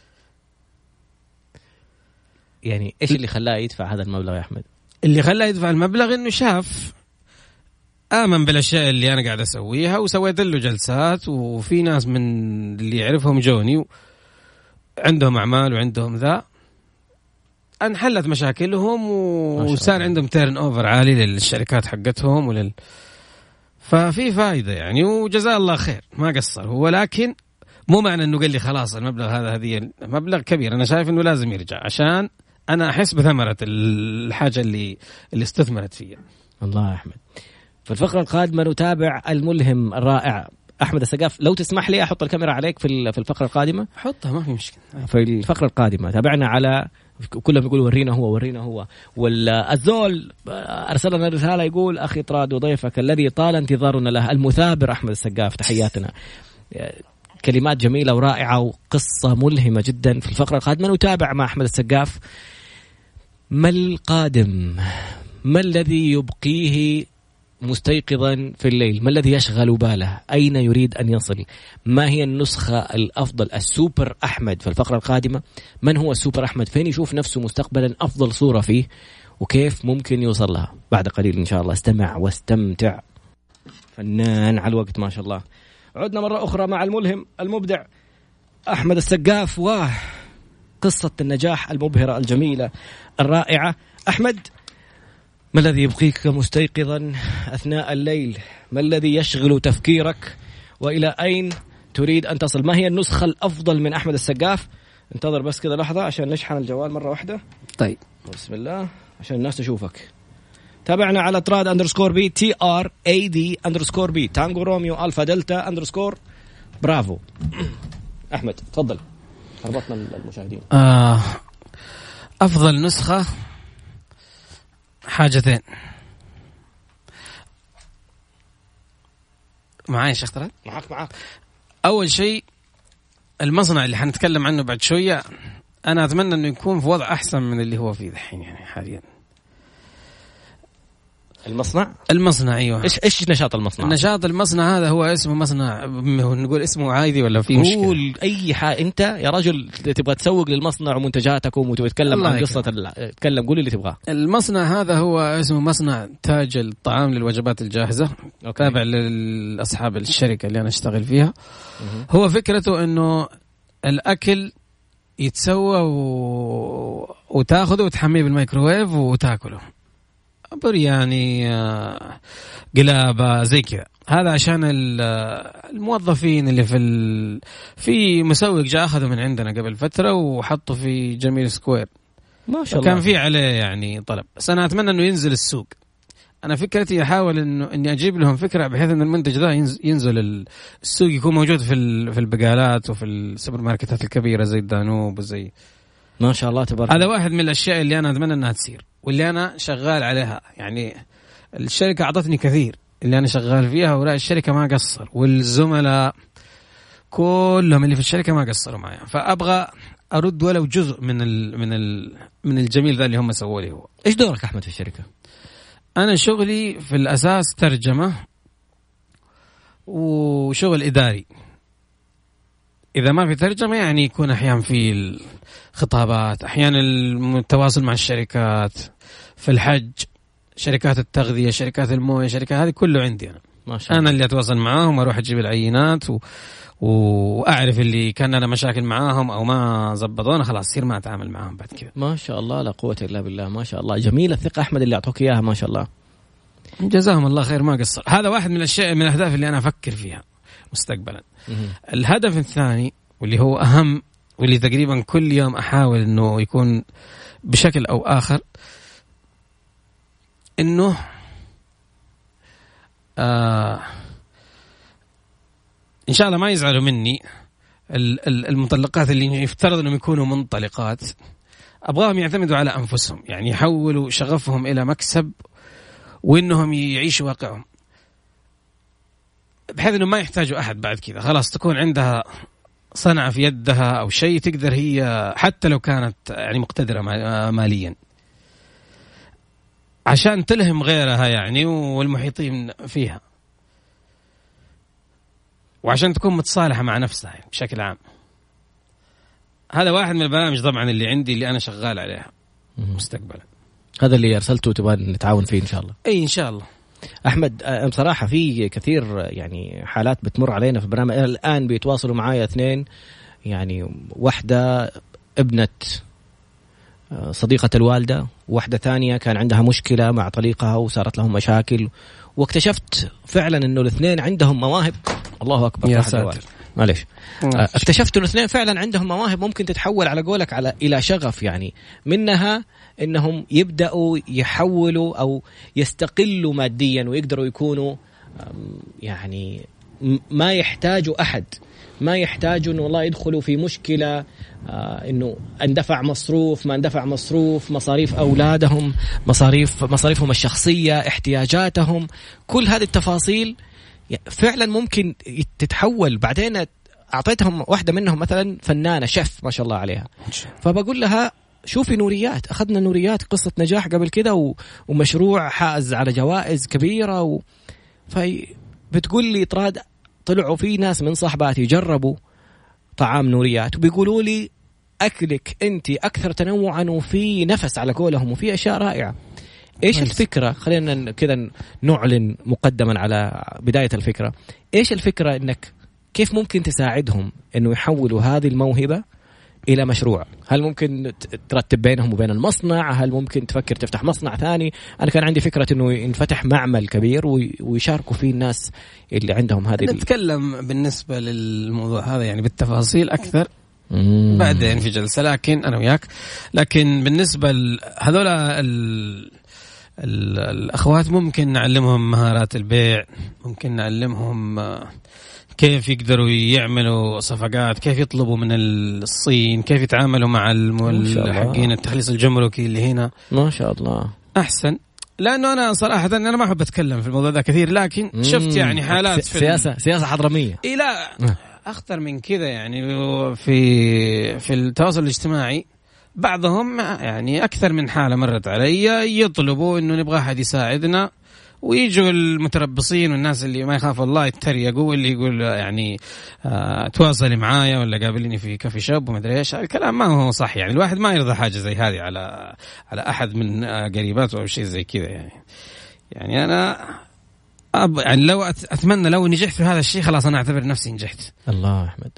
[SPEAKER 1] يعني إيش اللي خلاه يدفع هذا المبلغ يا أحمد؟
[SPEAKER 2] اللي خلاه يدفع المبلغ إنه شاف آمن بالأشياء اللي أنا قاعد أسويها، وسويت له جلسات، وفي ناس من اللي يعرفهم جوني عندهم أعمال وعندهم ذا انحلت مشاكلهم وصار عندهم تيرن أوفر عالي للشركات حقتهم ولل ففي فائدة يعني. وجزاه الله خير ما قصر هو، لكن مو معنى إنه قال لي خلاص المبلغ هذا هذه مبلغ كبير، أنا شايف إنه لازم يرجع عشان أنا أحس بثمرة الحاجة اللي اللي استثمرت فيها.
[SPEAKER 1] الله يا أحمد. في الفقرة القادمة نتابع الملهم الرائع أحمد السقاف. لو تسمح لي أحط الكاميرا عليك في في الفقرة القادمة.
[SPEAKER 2] حطها ما في مشكلة.
[SPEAKER 1] في الفقرة القادمة تابعنا على كلهم يقولوا ورينا هو ورينا هو، والزول أرسل لنا رسالة يقول أخي طراد وضيفك الذي طال انتظارنا له المثابر أحمد السقاف، تحياتنا. كلمات جميلة ورائعة وقصة ملهمة جدا. في الفقرة القادمة نتابع مع أحمد السقاف ما القادم، ما الذي يبقيه مستيقظا في الليل، ما الذي يشغل باله، أين يريد أن يصل، ما هي النسخة الأفضل، السوبر أحمد. في الفقرة القادمة من هو السوبر أحمد، فين يشوف نفسه مستقبلا، أفضل صورة فيه، وكيف ممكن يوصل لها. بعد قليل إن شاء الله. استمع واستمتع. فنان على الوقت ما شاء الله. عدنا مرة أخرى مع الملهم المبدع أحمد السقاف وقصة النجاح المبهرة الجميلة الرائعة. أحمد، ما الذي يبقيك مستيقظا أثناء الليل؟ ما الذي يشغل تفكيرك؟ وإلى أين تريد أن تصل؟ ما هي النسخة الأفضل من أحمد السقاف؟ انتظر بس كذا لحظة عشان نشحن الجوال مرة واحدة.
[SPEAKER 2] طيب
[SPEAKER 1] بسم الله عشان الناس تشوفك. تابعنا على تراد أندرسكور بي، تي آر اي دي أندرسكور بي، تانجو روميو ألفا دلتا أندرسكور برافو. أحمد تفضل، ربطنا المشاهدين.
[SPEAKER 2] آه أفضل نسخة حاجتين معايا شيخ طراد؟
[SPEAKER 1] معاك معاك.
[SPEAKER 2] أول شيء المصنع اللي حنتكلم عنه بعد شوية، أنا أتمنى أنه يكون في وضع أحسن من اللي هو فيه الحين يعني حاليا.
[SPEAKER 1] المصنع
[SPEAKER 2] المصنع أيوة.
[SPEAKER 1] إيش إيش نشاط المصنع؟
[SPEAKER 2] نشاط المصنع هذا هو اسمه مصنع، نقول اسمه عادي ولا في مشكلة؟
[SPEAKER 1] قول أي حاجة. أنت يا رجل تبغى تسوق للمصنع ومنتجاتكم وتبغى تتكلم عن قصة ال... تكلم، قول اللي تبغاه.
[SPEAKER 2] المصنع هذا هو اسمه مصنع تاج الطعام للوجبات الجاهزة، تابع لأصحاب الشركة اللي أنا أشتغل فيها. م- هو فكرته إنه الأكل يتسوى و... وتاخذه وتحميه بالميكروويف وتاكله، برياني قلابة زي كذا. هذا عشان الموظفين اللي في ال... في مسوق جاء أخذه من عندنا قبل فترة وحطه في جميل سكوير،
[SPEAKER 1] ما شاء الله
[SPEAKER 2] كان في عليه يعني طلب. بس أنا أتمنى إنه ينزل السوق. أنا فكرتي أحاول إنه إني أجيب لهم فكرة بحيث إن المنتج ذا ينزل السوق، يكون موجود في ال... في البقالات وفي السوبر ماركتات الكبيرة زي الدانوب وزي
[SPEAKER 1] ما شاء الله تبارك.
[SPEAKER 2] هذا واحد من الأشياء اللي أنا أتمنى أنها تصير واللي أنا شغال عليها. يعني الشركة أعطتني كثير اللي أنا شغال فيها، ولا الشركة ما قصر، والزملاء كلهم اللي في الشركة ما قصروا معي، فأبغى أرد ولو جزء من ال من ال من الجميل ذا اللي هم سووا لي. هو
[SPEAKER 1] إيش دورك أحمد في الشركة؟
[SPEAKER 2] أنا شغلي في الأساس ترجمة وشغل إداري. إذا ما في ترجمة يعني يكون أحيانا في الخطابات، أحيانا التواصل مع الشركات، في الحج، شركات التغذية، شركات الموية، شركات هذه كله عندي أنا. ما شاء الله. أنا اللي أتواصل معاهم وأروح أجيب العينات و... وأعرف اللي كان لنا مشاكل معاهم أو ما زبطونا خلاص صير ما أتعامل معاهم بعد كذا.
[SPEAKER 1] ما شاء الله لا قوة إلا بالله. ما شاء الله جميلة الثقة أحمد اللي أعطوك إياها ما شاء الله.
[SPEAKER 2] جزاهم الله خير ما قصر. هذا واحد من الأشياء من الأهداف اللي أنا أفكر فيها مستقبلا. الهدف الثاني واللي هو أهم واللي تقريبا كل يوم أحاول إنه يكون بشكل أو آخر إنه آه إن شاء الله ما يزعلوا مني المطلقات اللي يفترض أنهم يكونوا منطلقات، أبغاهم يعتمدوا على أنفسهم، يعني يحولوا شغفهم إلى مكسب وإنهم يعيشوا واقعهم بحيث أنهم ما يحتاجوا أحد بعد كذا. خلاص تكون عندها صنعة في يدها أو شيء تقدر هي حتى لو كانت يعني مقتدرة ماليا عشان تلهم غيرها يعني والمحيطين فيها، وعشان تكون متصالحة مع نفسها يعني بشكل عام. هذا واحد من البرامج طبعا اللي عندي اللي أنا شغال عليها مستقبلا.
[SPEAKER 1] هذا اللي أرسلته تبغى نتعاون فيه إن شاء الله.
[SPEAKER 2] أي إن شاء الله.
[SPEAKER 1] أحمد بصراحة في كثير يعني حالات بتمر علينا في البرنامج الآن بيتواصلوا معايا اثنين، يعني واحدة ابنة صديقة الوالدة، واحدة ثانية كان عندها مشكلة مع طليقها وصارت لهم مشاكل، واكتشفت فعلا إنه الاثنين عندهم مواهب. الله أكبر
[SPEAKER 2] يا ساتر.
[SPEAKER 1] معلش. اكتشفت الاثنين فعلا عندهم مواهب ممكن تتحول على قولك على إلى شغف، يعني منها إنهم يبدأوا يحولوا أو يستقلوا ماديا ويقدروا يكونوا يعني ما يحتاجوا أحد، ما يحتاجوا إنه والله يدخلوا في مشكلة آه إنه اندفع مصروف ما اندفع مصروف، مصاريف أولادهم، مصاريف مصاريفهم الشخصية، احتياجاتهم، كل هذه التفاصيل فعلا ممكن تتحول. بعدين أعطيتهم واحدة منهم مثلا فنانة شيف ما شاء الله عليها، فبقول لها شوفي نوريات، أخذنا نوريات قصة نجاح قبل كده ومشروع حائز على جوائز كبيرة و... فبتقول لي طراد طلعوا في ناس من صاحباتي جربوا طعام نوريات وبيقولوا لي أكلك أنت أكثر تنوعا وفي نفس على قولهم وفي أشياء رائعة. إيش الفكرة؟ خلينا كذا نعلن مقدما على بداية الفكرة. إيش الفكرة إنك كيف ممكن تساعدهم إنه يحولوا هذه الموهبة إلى مشروع؟ هل ممكن ترتب بينهم وبين المصنع؟ هل ممكن تفكر تفتح مصنع ثاني؟ أنا كان عندي فكرة إنه ينفتح معمل كبير ويشاركوا فيه الناس اللي عندهم هذه.
[SPEAKER 2] نتكلم بالنسبة للموضوع هذا يعني بالتفاصيل أكثر مم. بعدين في جلسة لكن أنا وياك. لكن بالنسبة لهذول الأخوات ممكن نعلمهم مهارات البيع، ممكن نعلمهم كيف يقدروا يعملوا صفقات، كيف يطلبوا من الصين، كيف يتعاملوا مع حقين التخليص الجمركي اللي هنا.
[SPEAKER 1] ما شاء الله.
[SPEAKER 2] أحسن، لأنه أنا صراحة أنا ما أحب أتكلم في الموضوع ده كثير، لكن مم. شفت يعني حالات في
[SPEAKER 1] سياسة سياسة حضرمية.
[SPEAKER 2] إيه لا أخطر من كذا يعني في في التواصل الاجتماعي بعضهم يعني أكثر من حالة مرت علي يطلبوا إنه نبغى أحد يساعدنا، ويجوا المتربصين والناس اللي ما يخافوا الله يتريقوا، اللي يقول يعني آه تواصلي معايا ولا قابلني في كافي شوب وما ادري ايش. الكلام ما هو صح، يعني الواحد ما يرضى حاجه زي هذه على على احد من آه قريباته او شيء زي كذا. يعني يعني انا أب يعني لو اتمنى لو نجحت في هذا الشيء خلاص انا اعتبر نفسي نجحت.
[SPEAKER 1] الله احمد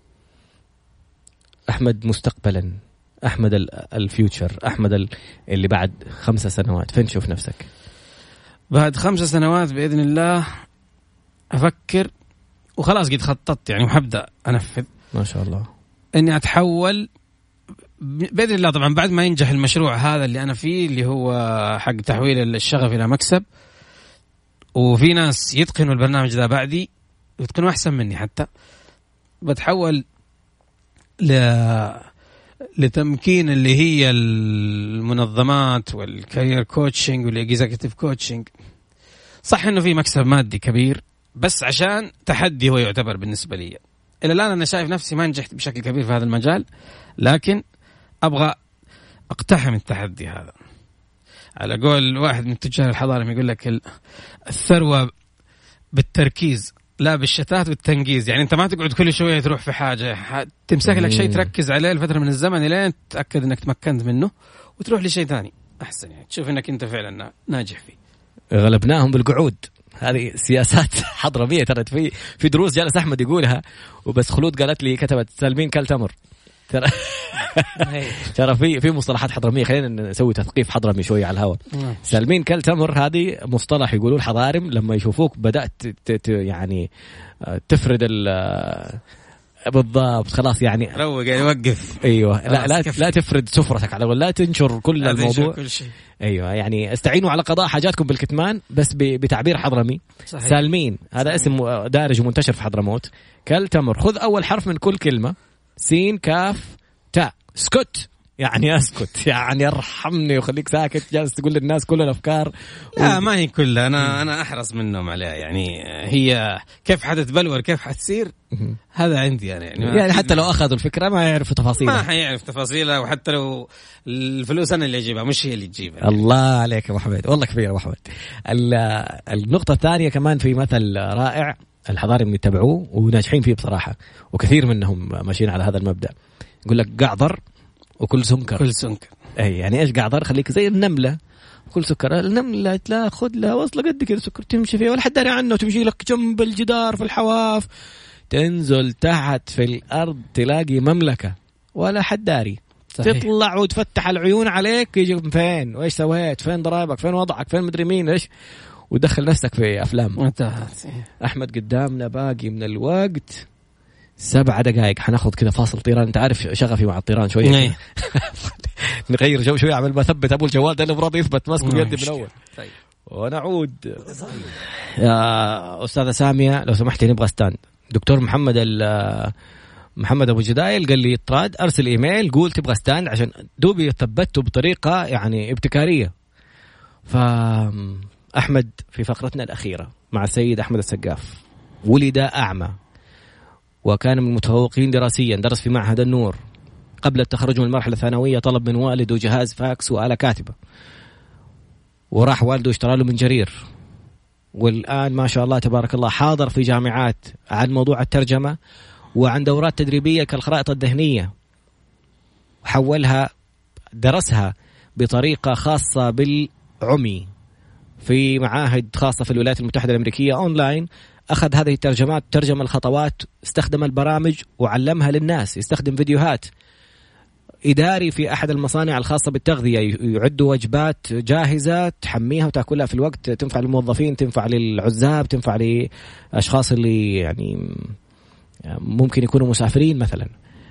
[SPEAKER 1] احمد مستقبلا، احمد الفيوتشر، احمد اللي بعد خمسة سنوات فين تشوف نفسك؟
[SPEAKER 2] بعد خمس سنوات بإذن الله أفكر وخلاص قد خططت يعني وحبدأ أنفذ
[SPEAKER 1] ما شاء الله
[SPEAKER 2] إني أتحول بإذن الله. طبعا بعد ما ينجح المشروع هذا اللي أنا فيه اللي هو حق تحويل الشغف إلى مكسب، وفي ناس يتقنوا البرنامج ذا بعدي يتقنوا أحسن مني، حتى بتحول ل لتمكين اللي هي المنظمات والكارير كوتشنج والإكزيكتيف كوتشنج. صح إنه في مكسب مادي كبير، بس عشان تحدي هو يعتبر بالنسبة لي. إلى الآن أنا شايف نفسي ما نجحت بشكل كبير في هذا المجال، لكن أبغى أقتحم التحدي هذا. على قول واحد من تجار الحضارة يقول لك الثروة بالتركيز لا بالشتات والتنجيز، يعني انت ما تقعد كل شويه تروح في حاجه، تمسك لك شيء تركز عليه لفتره من الزمن لين تتاكد انك تمكنت منه وتروح لشيء ثاني احسن، يعني تشوف انك انت فعلا ناجح فيه.
[SPEAKER 1] غلبناهم بالقعود، هذه سياسات حضرميه ترى. في في دروس جالس احمد يقولها وبس. خلود قالت لي كتبت سالمين كالتمر ترى. ترى في في مصطلحات حضرميه، خلينا نسوي تثقيف حضرمي شويه على الهواء. سالمين كالتمر هذه مصطلح يقولوا الحضارم لما يشوفوك بدات يعني تفرد ال بالضبط خلاص يعني
[SPEAKER 2] روق يعني وقف.
[SPEAKER 1] ايوه لا لا, لا تفرد سفرتك على ولا تنشر كل لا الموضوع
[SPEAKER 2] كل شيء.
[SPEAKER 1] ايوه يعني استعينوا على قضاء حاجاتكم بالكتمان بس بتعبير حضرمي. صحيح. سالمين هذا صحيح. اسم دارج ومنتشر في حضرموت. كالتمر خذ اول حرف من كل كلمه، سين كاف تاء. اسكت يعني اسكت يعني ارحمني وخليك ساكت، جالس تقول للناس كل الافكار.
[SPEAKER 2] لا و... ما هي كلها، انا انا احرص منهم عليها، يعني هي كيف حتتبلور كيف حتصير هذا عندي يعني يعني,
[SPEAKER 1] يعني حتى لو اخذوا الفكره ما يعرفوا تفاصيلها،
[SPEAKER 2] ما حيعرف تفاصيلها، وحتى لو الفلوس انا اللي اجيبها مش هي اللي تجيبها.
[SPEAKER 1] الله عليك يا ابو حميد، والله كبير يا ابو حميد. النقطه الثانيه كمان في مثل رائع الحضاري من يتبعوه وناجحين فيه بصراحه، وكثير منهم ماشيين على هذا المبدا. يقول لك قعضر وكل سنكر.
[SPEAKER 2] كل سنكر
[SPEAKER 1] اي يعني ايش قعضر؟ خليك زي النمله كل سكر. النمله تاخذ لها وصله قد كذا سكر تمشي فيه ولا حد داري عنه، وتمشي لك جنب الجدار في الحواف، تنزل تحت في الارض تلاقي مملكه ولا حد داري. صحيح. تطلع وتفتح العيون عليك، يجي فين وايش سويت، فين ضرائبك، فين وضعك، فين مدري مين ايش، ودخل نفسك في افلام.
[SPEAKER 2] انتهت.
[SPEAKER 1] احمد قدامنا باقي من الوقت سبعة دقائق، حناخذ كذا فاصل طيران. انت عارف شغفي مع الطيران شويه. نغير جو شويه عمل ما ثبت ابو الجوال ده اللي براضي يثبت ماسكه بيدي من اول. طيب ونعود. يا استاذه ساميه لو سمحتي نبغى ستاند. دكتور محمد محمد ابو جدايل قال لي اطراد ارسل ايميل قول تبغى ستاند عشان دوبي ثبته بطريقه يعني ابتكاريه. فاحمد في فقرتنا الاخيره مع السيد احمد السقاف ولد اعمى وكان من المتفوقين دراسيا، درس في معهد النور. قبل التخرج من المرحلة الثانوية طلب من والده جهاز فاكس وآلة كاتبة، وراح والده اشترى له من جرير، والآن ما شاء الله تبارك الله حاضر في جامعات عن موضوع الترجمة وعن دورات تدريبية كالخرائط الذهنية، وحولها درسها بطريقة خاصة بالعمي في معاهد خاصة في الولايات المتحدة الأمريكية أونلاين. أخذ هذه الترجمات، ترجم الخطوات، استخدم البرامج وعلمها للناس، يستخدم فيديوهات. إداري في أحد المصانع الخاصة بالتغذية، يعدوا وجبات جاهزة تحميها وتأكلها في الوقت، تنفع للموظفين، تنفع للعزاب، تنفع لأشخاص اللي يعني ممكن يكونوا مسافرين مثلا.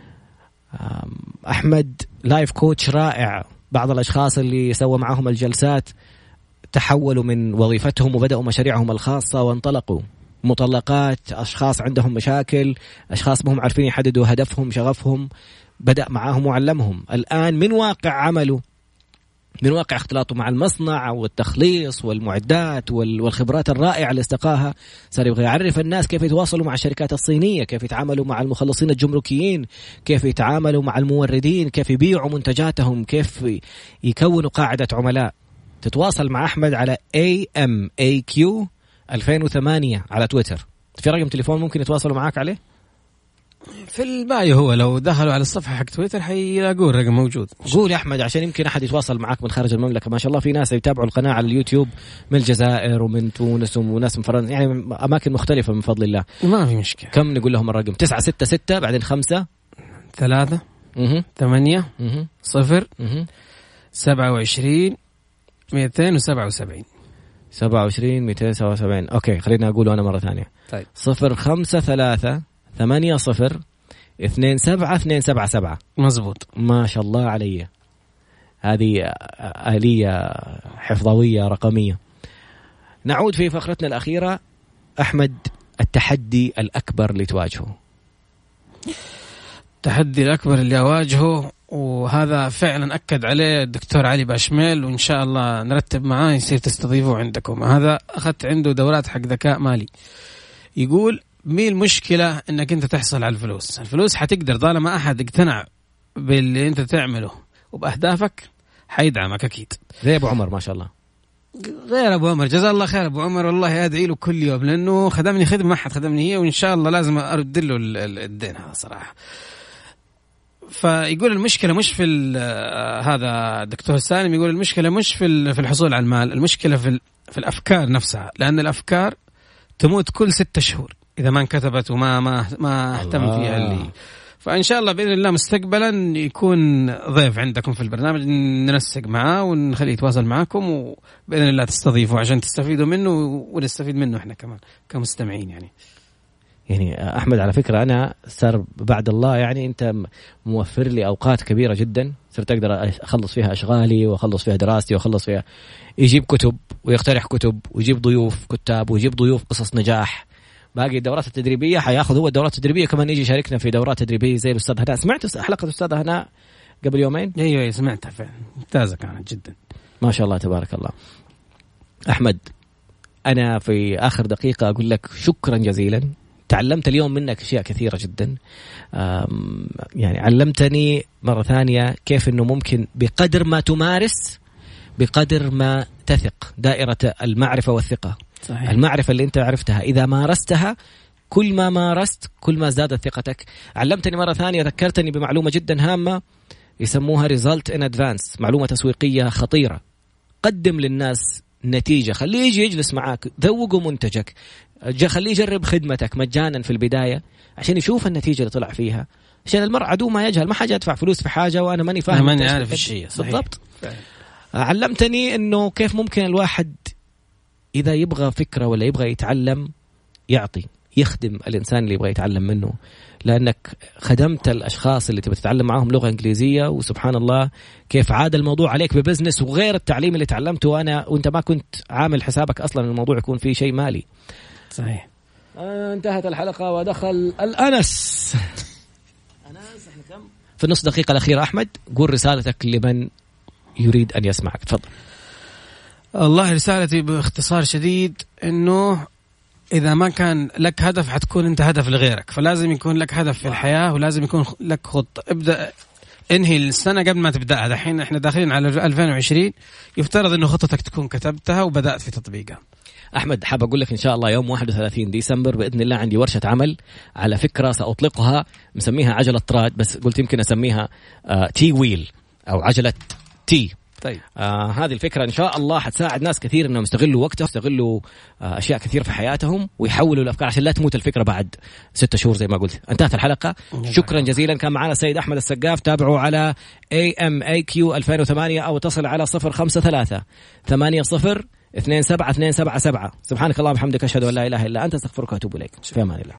[SPEAKER 1] أحمد لايف كوتش رائع. بعض الأشخاص اللي سوى معهم الجلسات تحولوا من وظيفتهم وبدأوا مشاريعهم الخاصة وانطلقوا. مطلقات، أشخاص عندهم مشاكل، أشخاص ما هم عارفين يحددوا هدفهم شغفهم، بدأ معاهم وعلمهم. الآن من واقع عمله، من واقع اختلاطه مع المصنع والتخليص والمعدات والخبرات الرائعة اللي استقاها، صار يبغى يعرف الناس كيف يتواصلوا مع الشركات الصينية، كيف يتعاملوا مع المخلصين الجمركيين، كيف يتعاملوا مع الموردين، كيف يبيعوا منتجاتهم، كيف يكونوا قاعدة عملاء. تتواصل مع أحمد على إيه إم إيه كيو ألفين وثمانية على تويتر. في رقم تليفون ممكن يتواصلوا معاك عليه
[SPEAKER 2] في البايو، هو لو دخلوا على الصفحة حق تويتر حيلاقوا الرقم موجود.
[SPEAKER 1] قول يا أحمد عشان يمكن أحد يتواصل معاك من خارج المملكة. ما شاء الله في ناس يتابعوا القناة على اليوتيوب من الجزائر ومن تونس وناس من فرنسا، يعني أماكن مختلفة من فضل الله.
[SPEAKER 2] ما في مشكلة.
[SPEAKER 1] كم نقول لهم الرقم؟ تسعة ستة ستة بعدين خمسة
[SPEAKER 2] ثلاثة ثمانية صفر سبعة وعشرين مئتين وسبعة وسبعين
[SPEAKER 1] سبعة وعشرين مئتين سبعة وسبعين. أوكي خلينا أقوله أنا مرة ثانية.
[SPEAKER 2] طيب
[SPEAKER 1] صفر خمسة ثلاثة ثمانية صفر اثنين سبعة اثنين سبعة سبعة.
[SPEAKER 2] مزبوط.
[SPEAKER 1] ما شاء الله علي، هذه آلية حفظوية رقمية. نعود في فقرتنا الأخيرة. أحمد، التحدي الأكبر اللي تواجهه.
[SPEAKER 2] التحدي الأكبر اللي أواجهه، وهذا فعلا أكد عليه الدكتور علي باشميل، وإن شاء الله نرتب معاه يصير تستضيفه عندكم. هذا أخذت عنده دورات حق ذكاء مالي. يقول مي المشكلة إنك أنت تحصل على الفلوس، الفلوس حتقدر طالما أحد اقتنع باللي أنت تعمله وبأهدافك حيدعمك أكيد.
[SPEAKER 1] زي أبو عمر ما شاء الله.
[SPEAKER 2] غير ابو عمر، جزاه الله خير ابو عمر، والله ادعي له كل يوم لانه خدمني خدمه ما حد خدمني هي، وان شاء الله لازم ارد له الدين هذا صراحه. فيقول المشكله مش في هذا الدكتور سالم، يقول المشكله مش في في الحصول على المال، المشكله في في الافكار نفسها، لان الافكار تموت كل ستة شهور اذا ما انكتبت وما ما ما اهتم فيها اللي. فإن شاء الله بإذن الله مستقبلا يكون ضيف عندكم في البرنامج، ننسق معاه ونخليه يتواصل معاكم، وبإذن الله تستضيفوا عشان تستفيدوا منه ونستفيد منه إحنا كمان كمستمعين. يعني
[SPEAKER 1] يعني أحمد على فكرة أنا صار بعد الله يعني أنت موفر لي أوقات كبيرة جدا، صرت أقدر أخلص فيها أشغالي وأخلص فيها دراستي وأخلص فيها، يجيب كتب ويقترح كتب ويجيب ضيوف كتاب ويجيب ضيوف قصص نجاح. باقي الدورات التدريبية حياخذ هو الدورات التدريبية كمان يجي يشاركنا في دورات تدريبية زي الأستاذ هناء. سمعت حلقة الأستاذ هناء قبل يومين؟
[SPEAKER 2] أيوة سمعتها فعلا، ممتازة كانت جدا
[SPEAKER 1] ما شاء الله تبارك الله. أحمد أنا في آخر دقيقة أقول لك شكرا جزيلا، تعلمت اليوم منك أشياء كثيرة جدا، يعني علمتني مرة ثانية كيف أنه ممكن بقدر ما تمارس بقدر ما تثق، دائرة المعرفة والثقة. صحيح. المعرفة اللي أنت عرفتها إذا مارستها كل ما مارست كل ما ازدادت ثقتك. علمتني مرة ثانية، ذكرتني بمعلومة جدا هامة يسموها result in advance، معلومة تسويقية خطيرة. قدم للناس نتيجة، خليه يجي يجلس معاك، ذوقوا منتجك، خليه يجرب خدمتك مجانا في البداية عشان يشوف النتيجة اللي طلع فيها، عشان المرء عدو ما يجهل، ما حاجة أدفع فلوس في حاجة وأنا ماني فاهم
[SPEAKER 2] ماني عارف الشيء.
[SPEAKER 1] بالضبط. علمتني إنه كيف ممكن الواحد إذا يبغى فكرة ولا يبغى يتعلم يعطي يخدم الإنسان اللي يبغى يتعلم منه، لأنك خدمت الأشخاص اللي تبغى تتعلم معهم لغة إنجليزية، وسبحان الله كيف عاد الموضوع عليك ببزنس وغير التعليم اللي تعلمته أنا وأنت ما كنت عامل حسابك أصلا الموضوع يكون فيه شيء مالي.
[SPEAKER 2] صحيح.
[SPEAKER 1] آه انتهت الحلقة ودخل الأنس. أنس إحنا كم في النص دقيقة الأخيرة. أحمد قول رسالتك لمن يريد أن يسمعك، تفضل.
[SPEAKER 2] الله رسالتي باختصار شديد إنه إذا ما كان لك هدف حتكون أنت هدف لغيرك، فلازم يكون لك هدف في الحياة ولازم يكون لك خطة. ابدأ انهي السنة قبل ما تبدأها. دحين احنا داخلين على ألفين وعشرين، يفترض إنه خطتك تكون كتبتها وبدأت في تطبيقها.
[SPEAKER 1] أحمد حاب أقول لك إن شاء الله يوم واحد وثلاثين ديسمبر بإذن الله عندي ورشة عمل على فكرة سأطلقها، مسميها عجلة طراد، بس قلت يمكن أسميها آه تي ويل أو عجلة تي.
[SPEAKER 2] طيب
[SPEAKER 1] آه هذه الفكرة إن شاء الله حتساعد ناس كثير إنهم يستغلوا وقتهم، يستغلوا آه أشياء كثير في حياتهم ويحولوا الأفكار عشان لا تموت الفكرة بعد ستة شهور زي ما قلت. انتهت الحلقة، شكرا جزيلا. كان معنا السيد أحمد السقاف. تابعوا على إيه إم إيه كيو ألفين وثمانية أو اتصل على صفر خمسة ثلاثة ثمانية صفر اثنين سبعة اثنين سبعة سبعة. سبحانك اللهم وبحمدك أشهد أن لا إله إلا أنت أستغفرك وأتوب إليك. في أمان الله.